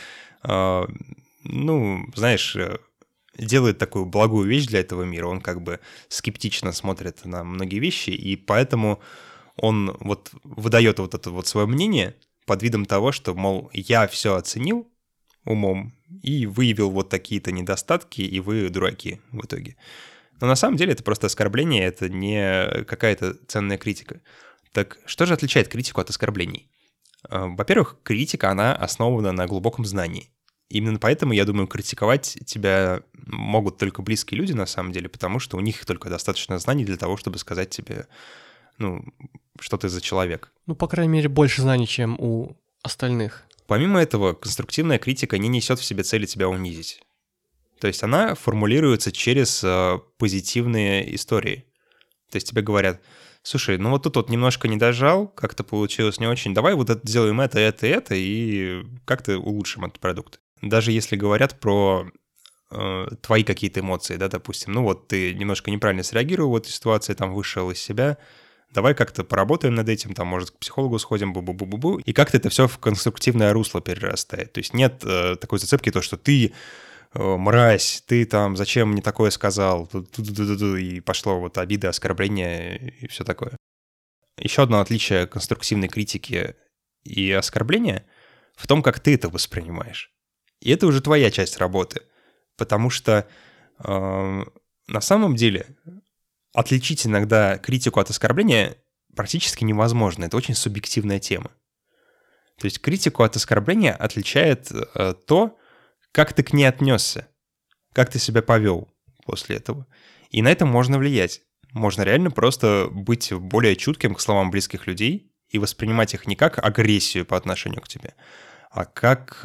делает такую благую вещь для этого мира. Он как бы скептично смотрит на многие вещи, и поэтому он вот выдает вот это вот свое мнение под видом того, что, мол, я все оценил умом и выявил вот такие-то недостатки, и вы дураки в итоге. Но на самом деле это просто оскорбление, это не какая-то ценная критика. Так что же отличает критику от оскорблений? Во-первых, критика, она основана на глубоком знании. Именно поэтому, я думаю, критиковать тебя могут только близкие люди, на самом деле, потому что у них только достаточно знаний для того, чтобы сказать тебе, что ты за человек. По крайней мере, больше знаний, чем у остальных. Помимо этого, конструктивная критика не несет в себе цели тебя унизить. То есть она формулируется через позитивные истории. То есть тебе говорят: слушай, вот тут вот немножко не дожал, как-то получилось не очень, давай вот это сделаем это, и как-то улучшим этот продукт. Даже если говорят про твои какие-то эмоции, да, допустим, ты немножко неправильно среагировал в этой ситуации, там вышел из себя, Давай как-то поработаем над этим, там, может, к психологу сходим, бу-бу-бу-бу-бу. И как-то это все в конструктивное русло перерастает. То есть нет такой зацепки, то, что ты мразь, ты там, зачем мне такое сказал, и пошло вот обиды, оскорбления и все такое. Еще одно отличие конструктивной критики и оскорбления в том, как ты это воспринимаешь. И это уже твоя часть работы. Потому что на самом деле отличить иногда критику от оскорбления практически невозможно. Это очень субъективная тема. То есть критику от оскорбления отличает то, как ты к ней отнесся, как ты себя повел после этого. И на это можно влиять. Можно реально просто быть более чутким к словам близких людей и воспринимать их не как агрессию по отношению к тебе, а как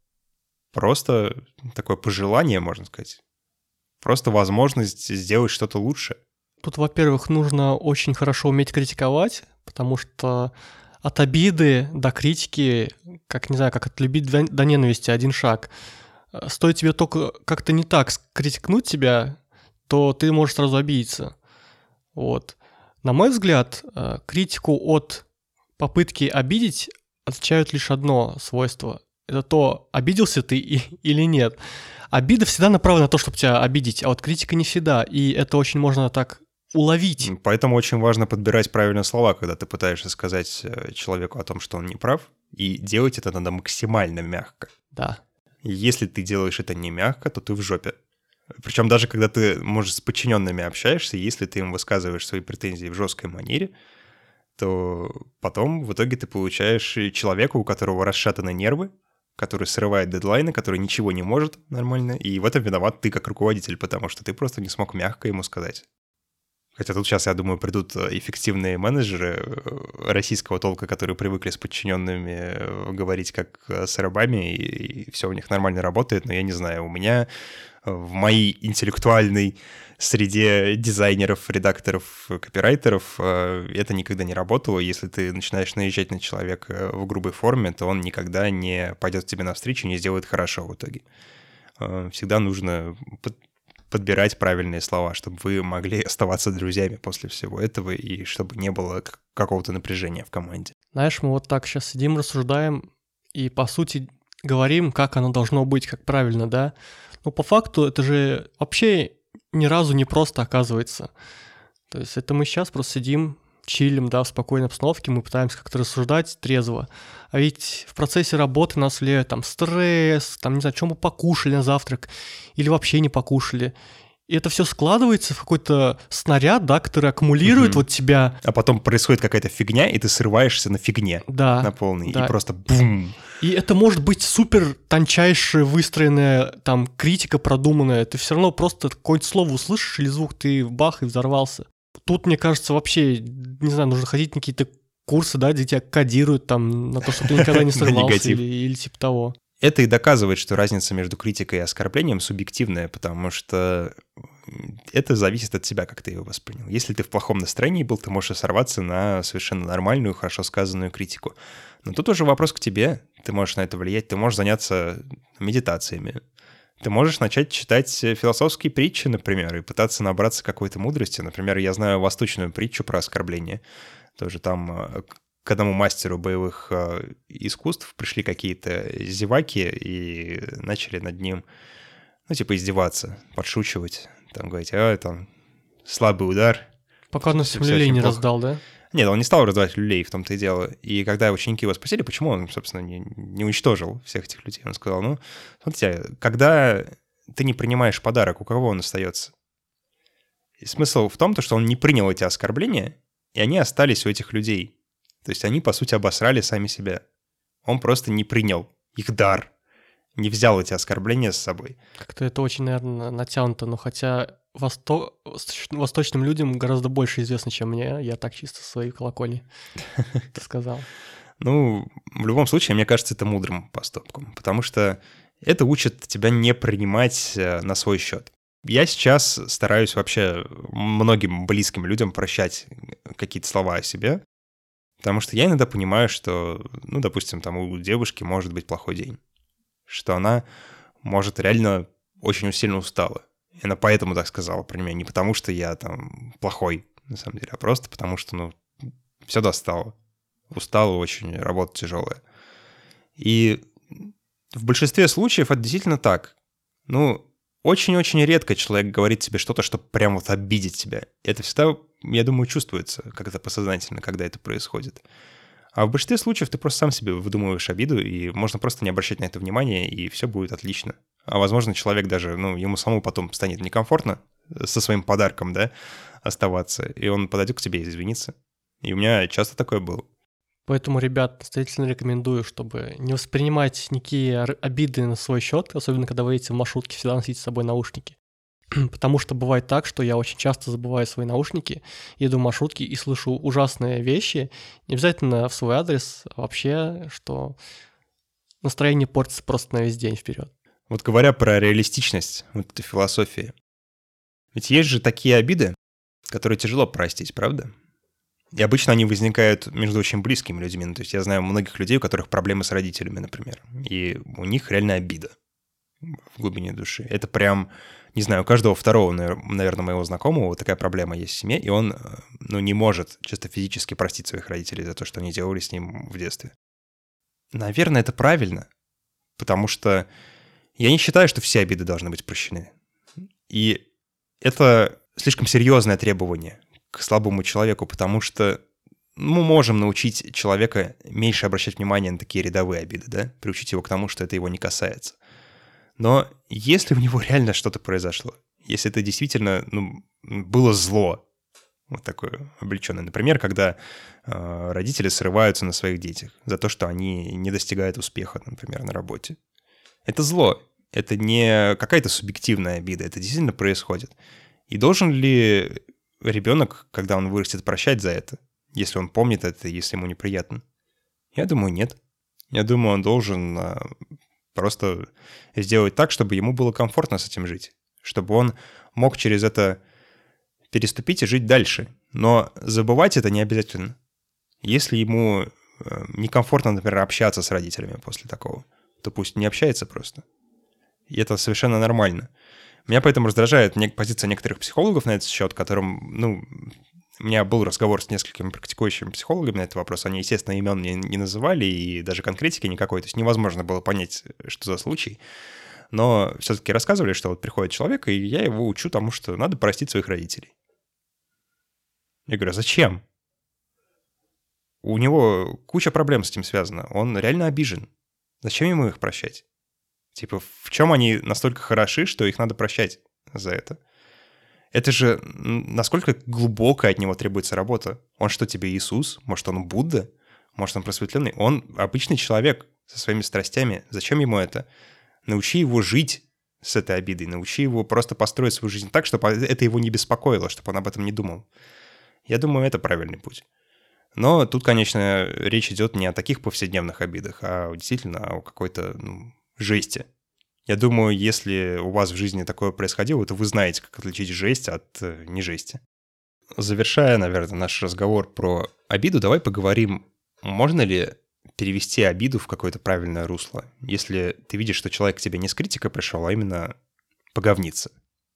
просто такое пожелание, можно сказать. Просто возможность сделать что-то лучше. Тут, во-первых, нужно очень хорошо уметь критиковать, потому что от обиды до критики, как, не знаю, как от любви до ненависти один шаг. Стоит тебе только как-то не так критикнуть тебя, то ты можешь сразу обидеться. Вот. На мой взгляд, критику от попытки обидеть отличают лишь одно свойство. Это то, обиделся ты или нет. Обида всегда направлена на то, чтобы тебя обидеть, а вот критика не всегда. И это очень можно так уловить. Поэтому очень важно подбирать правильные слова, когда ты пытаешься сказать человеку о том, что он не прав, и делать это надо максимально мягко. Да. Если ты делаешь это не мягко, то ты в жопе. Причем даже когда ты, может, с подчиненными общаешься, если ты им высказываешь свои претензии в жесткой манере, то потом в итоге ты получаешь человека, у которого расшатаны нервы, который срывает дедлайны, который ничего не может нормально, и в этом виноват ты как руководитель, потому что ты просто не смог мягко ему сказать. Хотя тут сейчас, я думаю, придут эффективные менеджеры российского толка, которые привыкли с подчиненными говорить как с рабами, и все у них нормально работает, но я не знаю, у меня в моей интеллектуальной среде дизайнеров, редакторов, копирайтеров это никогда не работало. Если ты начинаешь наезжать на человека в грубой форме, то он никогда не пойдет тебе навстречу и не сделает хорошо в итоге. Всегда нужно подбирать правильные слова, чтобы вы могли оставаться друзьями после всего этого и чтобы не было какого-то напряжения в команде. Знаешь, мы вот так сейчас сидим, рассуждаем и, по сути, говорим, как оно должно быть, как правильно, да? Но по факту это же вообще ни разу не просто оказывается. То есть это мы сейчас просто сидим, чилим, да, в спокойной обстановке, мы пытаемся как-то рассуждать трезво. А ведь в процессе работы нас влияет там стресс, там, не знаю, что мы покушали на завтрак или вообще не покушали. И это все складывается в какой-то снаряд, да, который аккумулирует вот тебя. А потом происходит какая-то фигня, и ты срываешься на фигне, да, на полный, да. И просто бум. И это может быть супер тончайшая выстроенная там критика продуманная. Ты все равно просто какое-нибудь слово услышишь или звук, ты бах и взорвался. Тут, мне кажется, вообще, не знаю, нужно ходить на какие-то курсы, да, где тебя кодируют там на то, чтобы ты никогда не сорвался или типа того. Это и доказывает, что разница между критикой и оскорблением субъективная, потому что это зависит от тебя, как ты его воспринял. Если ты в плохом настроении был, ты можешь сорваться на совершенно нормальную, хорошо сказанную критику. Но тут уже вопрос к тебе. Ты можешь на это влиять, ты можешь заняться медитациями. Ты можешь начать читать философские притчи, например, и пытаться набраться какой-то мудрости. Например, я знаю восточную притчу про оскорбление. Тоже там к одному мастеру боевых искусств пришли какие-то зеваки и начали над ним, ну, типа, издеваться, подшучивать. Там говорить, там слабый удар. Пока он всем люлей не раздал, да? Нет, он не стал раздавать люлей, в том-то и дело. И когда ученики его спросили, почему он, собственно, не уничтожил всех этих людей, он сказал, ну, смотрите, когда ты не принимаешь подарок, у кого он остается? И смысл в том, что он не принял эти оскорбления, и они остались у этих людей. То есть они, по сути, обосрали сами себя. Он просто не принял их дар, не взял эти оскорбления с собой. Как-то это очень, наверное, натянуто, но хотя восточным людям гораздо больше известно, чем мне. Я так чисто в своей колокольне сказал. Ну, в любом случае, мне кажется, это мудрым поступком, потому что это учит тебя не принимать на свой счет. Я сейчас стараюсь вообще многим близким людям прощать какие-то слова о себе, потому что я иногда понимаю, что, ну, допустим, там у девушки может быть плохой день, что она может реально очень сильно устала. И она поэтому так сказала про меня. Не потому, что я там плохой, на самом деле, а просто потому, что, ну, все достало. Устал очень, работа тяжелая. И в большинстве случаев это действительно так. Ну, очень-очень редко человек говорит тебе что-то, чтобы прям вот обидеть тебя. Это всегда, я думаю, чувствуется как-то подсознательно, когда это происходит. А в большинстве случаев ты просто сам себе выдумываешь обиду, и можно просто не обращать на это внимания, и все будет отлично. А возможно, человек даже, ну, ему самому потом станет некомфортно со своим подарком, да, оставаться, и он подойдет к тебе и извинится. И у меня часто такое было. Поэтому, ребят, настоятельно рекомендую, чтобы не воспринимать никакие обиды на свой счет, особенно когда вы едете в маршрутке, всегда носите с собой наушники. Потому что бывает так, что я очень часто забываю свои наушники, еду в маршрутке и слышу ужасные вещи, не обязательно в свой адрес, а вообще, что настроение портится просто на весь день вперед. Вот говоря про реалистичность вот этой философии, ведь есть же такие обиды, которые тяжело простить, правда? И обычно они возникают между очень близкими людьми. Ну, то есть я знаю многих людей, у которых проблемы с родителями, например, и у них реально обида в глубине души. Это прям, не знаю, у каждого второго, наверное, моего знакомого вот такая проблема есть в семье, и он, ну, не может чисто физически простить своих родителей за то, что они делали с ним в детстве. Наверное, это правильно, потому что я не считаю, что все обиды должны быть прощены. И это слишком серьезное требование к слабому человеку, потому что мы можем научить человека меньше обращать внимание на такие рядовые обиды, да, приучить его к тому, что это его не касается. Но если у него реально что-то произошло, если это действительно, ну, было зло, вот такое облеченное, например, когда родители срываются на своих детях за то, что они не достигают успеха, например, на работе. Это зло, это не какая-то субъективная обида, это действительно происходит. И должен ли ребенок, когда он вырастет, прощать за это, если он помнит это, если ему неприятно? Я думаю, нет. Я думаю, он должен просто сделать так, чтобы ему было комфортно с этим жить, чтобы он мог через это переступить и жить дальше. Но забывать это не обязательно. Если ему некомфортно, например, общаться с родителями после такого, то пусть не общается просто. И это совершенно нормально. Меня поэтому раздражает позиция некоторых психологов на этот счет, которым, ну, у меня был разговор с несколькими практикующими психологами на этот вопрос. Они, естественно, имен не называли, и даже конкретики никакой. То есть невозможно было понять, что за случай. Но все-таки рассказывали, что вот приходит человек, и я его учу тому, что надо простить своих родителей. Я говорю, а зачем? У него куча проблем с этим связана. Он реально обижен. Зачем ему их прощать? Типа, в чем они настолько хороши, что их надо прощать за это? Это же насколько глубокая от него требуется работа. Он что, тебе Иисус? Может, он Будда? Может, он просветленный? Он обычный человек со своими страстями. Зачем ему это? Научи его жить с этой обидой. Научи его просто построить свою жизнь так, чтобы это его не беспокоило, чтобы он об этом не думал. Я думаю, это правильный путь. Но тут, конечно, речь идет не о таких повседневных обидах, а действительно о какой-то жести. Я думаю, если у вас в жизни такое происходило, то вы знаете, как отличить жесть от нежести. Завершая, наверное, наш разговор про обиду, давай поговорим, можно ли перевести обиду в какое-то правильное русло, если ты видишь, что человек к тебе не с критикой пришел, а именно поговниться.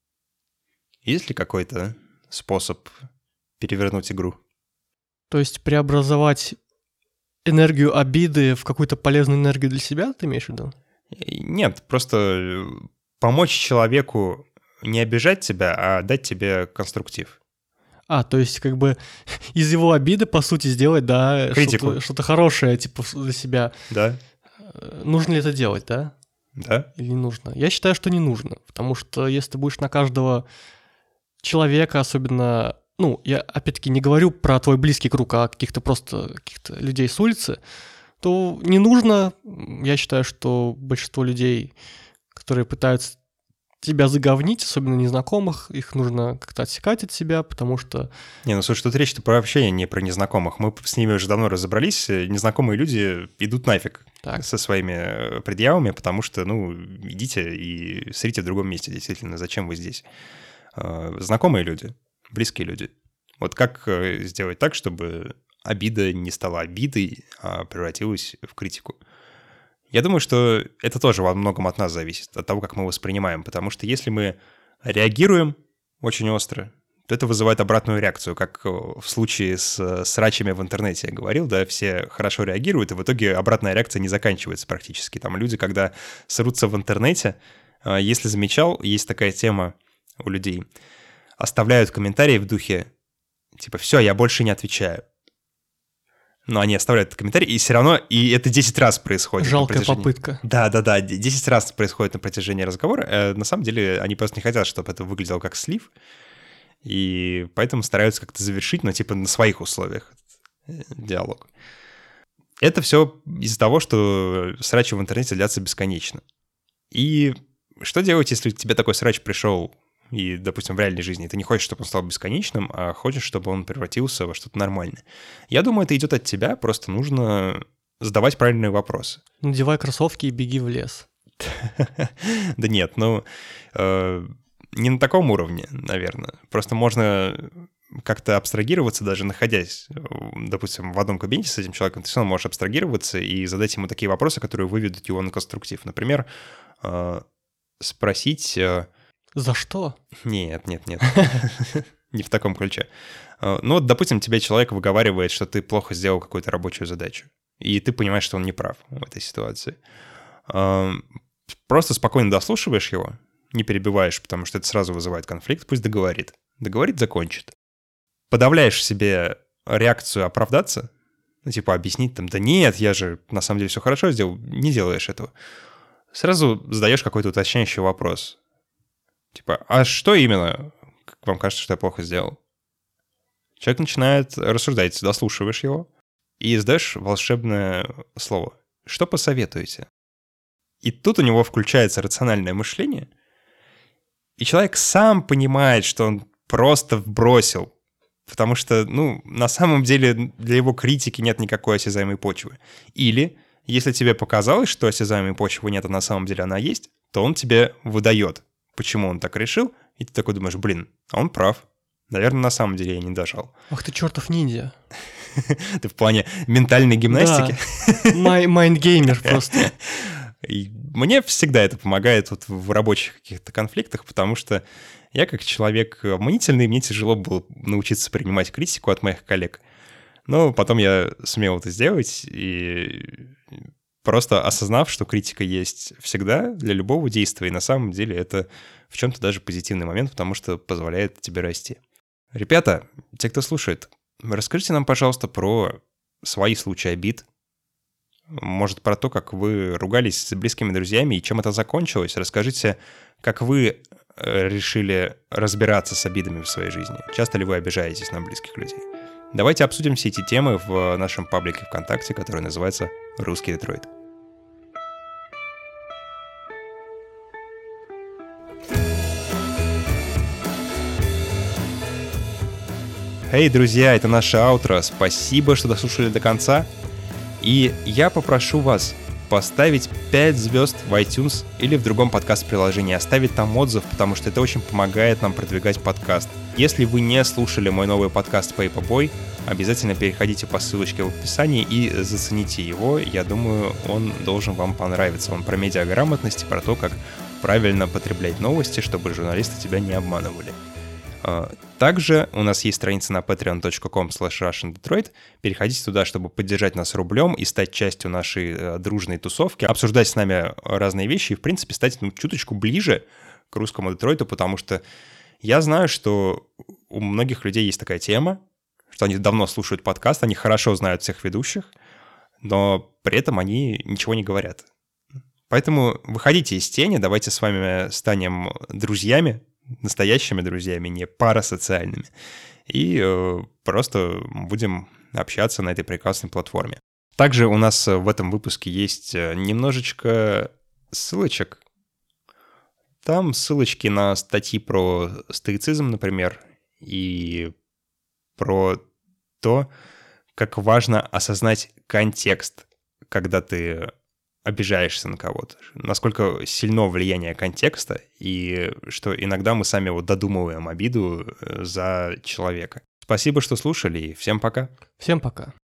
Есть ли какой-то способ перевернуть игру? То есть преобразовать энергию обиды в какую-то полезную энергию для себя, ты имеешь в виду? Нет, просто помочь человеку не обижать тебя, а дать тебе конструктив. То есть как бы из его обиды, по сути, сделать, да, что-то хорошее, типа, для себя. Да. Нужно ли это делать, да? Да. Или не нужно? Я считаю, что не нужно, потому что если ты будешь на каждого человека, особенно, я опять-таки не говорю про твой близкий круг, а каких-то людей с улицы, то не нужно. Я считаю, что большинство людей, которые пытаются тебя заговнить, особенно незнакомых, их нужно как-то отсекать от себя, потому что... Слушай, тут речь-то про общение, не про незнакомых. Мы с ними уже давно разобрались. Незнакомые люди идут нафиг со своими предъявами, потому что, идите и срите в другом месте, действительно. Зачем вы здесь? Знакомые люди, близкие люди. Вот как сделать так, чтобы обида не стала обидой, а превратилась в критику? Я думаю, что это тоже во многом от нас зависит, от того, как мы воспринимаем. Потому что если мы реагируем очень остро, то это вызывает обратную реакцию, как в случае с срачами в интернете я говорил, да, все хорошо реагируют, и в итоге обратная реакция не заканчивается практически. Там люди, когда срутся в интернете, если замечал, есть такая тема у людей, оставляют комментарии в духе, типа, все, я больше не отвечаю. Но они оставляют этот комментарий, и все равно, и это 10 раз происходит. Жалкая попытка. Да, 10 раз происходит на протяжении разговора. На самом деле они просто не хотят, чтобы это выглядело как слив, и поэтому стараются как-то завершить, но типа на своих условиях диалог. Это все из-за того, что срачи в интернете длятся бесконечно. И что делать, если тебе такой срач пришел, и, допустим, в реальной жизни ты не хочешь, чтобы он стал бесконечным, а хочешь, чтобы он превратился во что-то нормальное? Я думаю, это идет от тебя, просто нужно задавать правильные вопросы. Надевай кроссовки и беги в лес. Да нет, не на таком уровне, наверное. Просто можно как-то абстрагироваться, даже находясь, допустим, в одном кабинете с этим человеком, ты все равно можешь абстрагироваться и задать ему такие вопросы, которые выведут его на конструктив. Например, спросить... За что? Нет. Не в таком ключе. Ну вот, допустим, тебе человек выговаривает, что ты плохо сделал какую-то рабочую задачу, и ты понимаешь, что он не прав в этой ситуации. Просто спокойно дослушиваешь его, не перебиваешь, потому что это сразу вызывает конфликт, пусть договорит. Договорит, закончит. Подавляешь в себе реакцию оправдаться, типа объяснить там, да нет, я же на самом деле все хорошо сделал, не делаешь этого. Сразу задаешь какой-то уточняющий вопрос. Типа, а что именно, как вам кажется, что я плохо сделал? Человек начинает рассуждать, дослушиваешь его и задаешь волшебное слово. Что посоветуете? И тут у него включается рациональное мышление, и человек сам понимает, что он просто вбросил, потому что, на самом деле для его критики нет никакой осязаемой почвы. Или, если тебе показалось, что осязаемой почвы нет, а на самом деле она есть, то он тебе выдает, почему он так решил, и ты такой думаешь, а он прав. Наверное, на самом деле я не дожал. Ах ты чертов ниндзя. Ты в плане ментальной гимнастики? Да, майндгеймер просто. И мне всегда это помогает вот в рабочих каких-то конфликтах, потому что я как человек мнительный, мне тяжело было научиться принимать критику от моих коллег. Но потом я сумел это сделать, и просто осознав, что критика есть всегда для любого действия, и на самом деле это в чем-то даже позитивный момент, потому что позволяет тебе расти. Ребята, те, кто слушает, расскажите нам, пожалуйста, про свои случаи обид. Может, про то, как вы ругались с близкими друзьями и чем это закончилось. Расскажите, как вы решили разбираться с обидами в своей жизни. Часто ли вы обижаетесь на близких людей? Давайте обсудим все эти темы в нашем паблике ВКонтакте, который называется «Русский Детройт». Эй, друзья, это наше аутро. Спасибо, что дослушали до конца. И я попрошу вас поставить 5 звезд в iTunes или в другом подкаст-приложении, оставить там отзыв, потому что это очень помогает нам продвигать подкаст. Если вы не слушали мой новый подкаст Paperboy, обязательно переходите по ссылочке в описании и зацените его. Я думаю, он должен вам понравиться. Он про медиаграмотность, про то, как правильно потреблять новости, чтобы журналисты тебя не обманывали. Также у нас есть страница на patreon.com/RussianDetroit. Переходите туда, чтобы поддержать нас рублем и стать частью нашей дружной тусовки, обсуждать с нами разные вещи и, в принципе, стать чуточку ближе к русскому Детройту, потому что я знаю, что у многих людей есть такая тема, что они давно слушают подкаст, они хорошо знают всех ведущих, но при этом они ничего не говорят. Поэтому выходите из тени, давайте с вами станем друзьями, настоящими друзьями, не парасоциальными. И просто будем общаться на этой прекрасной платформе. Также у нас в этом выпуске есть немножечко ссылочек. Там ссылочки на статьи про стоицизм, например, и про то, как важно осознать контекст, когда ты обижаешься на кого-то, насколько сильно влияние контекста, и что иногда мы сами вот додумываем обиду за человека. Спасибо, что слушали, и всем пока. Всем пока.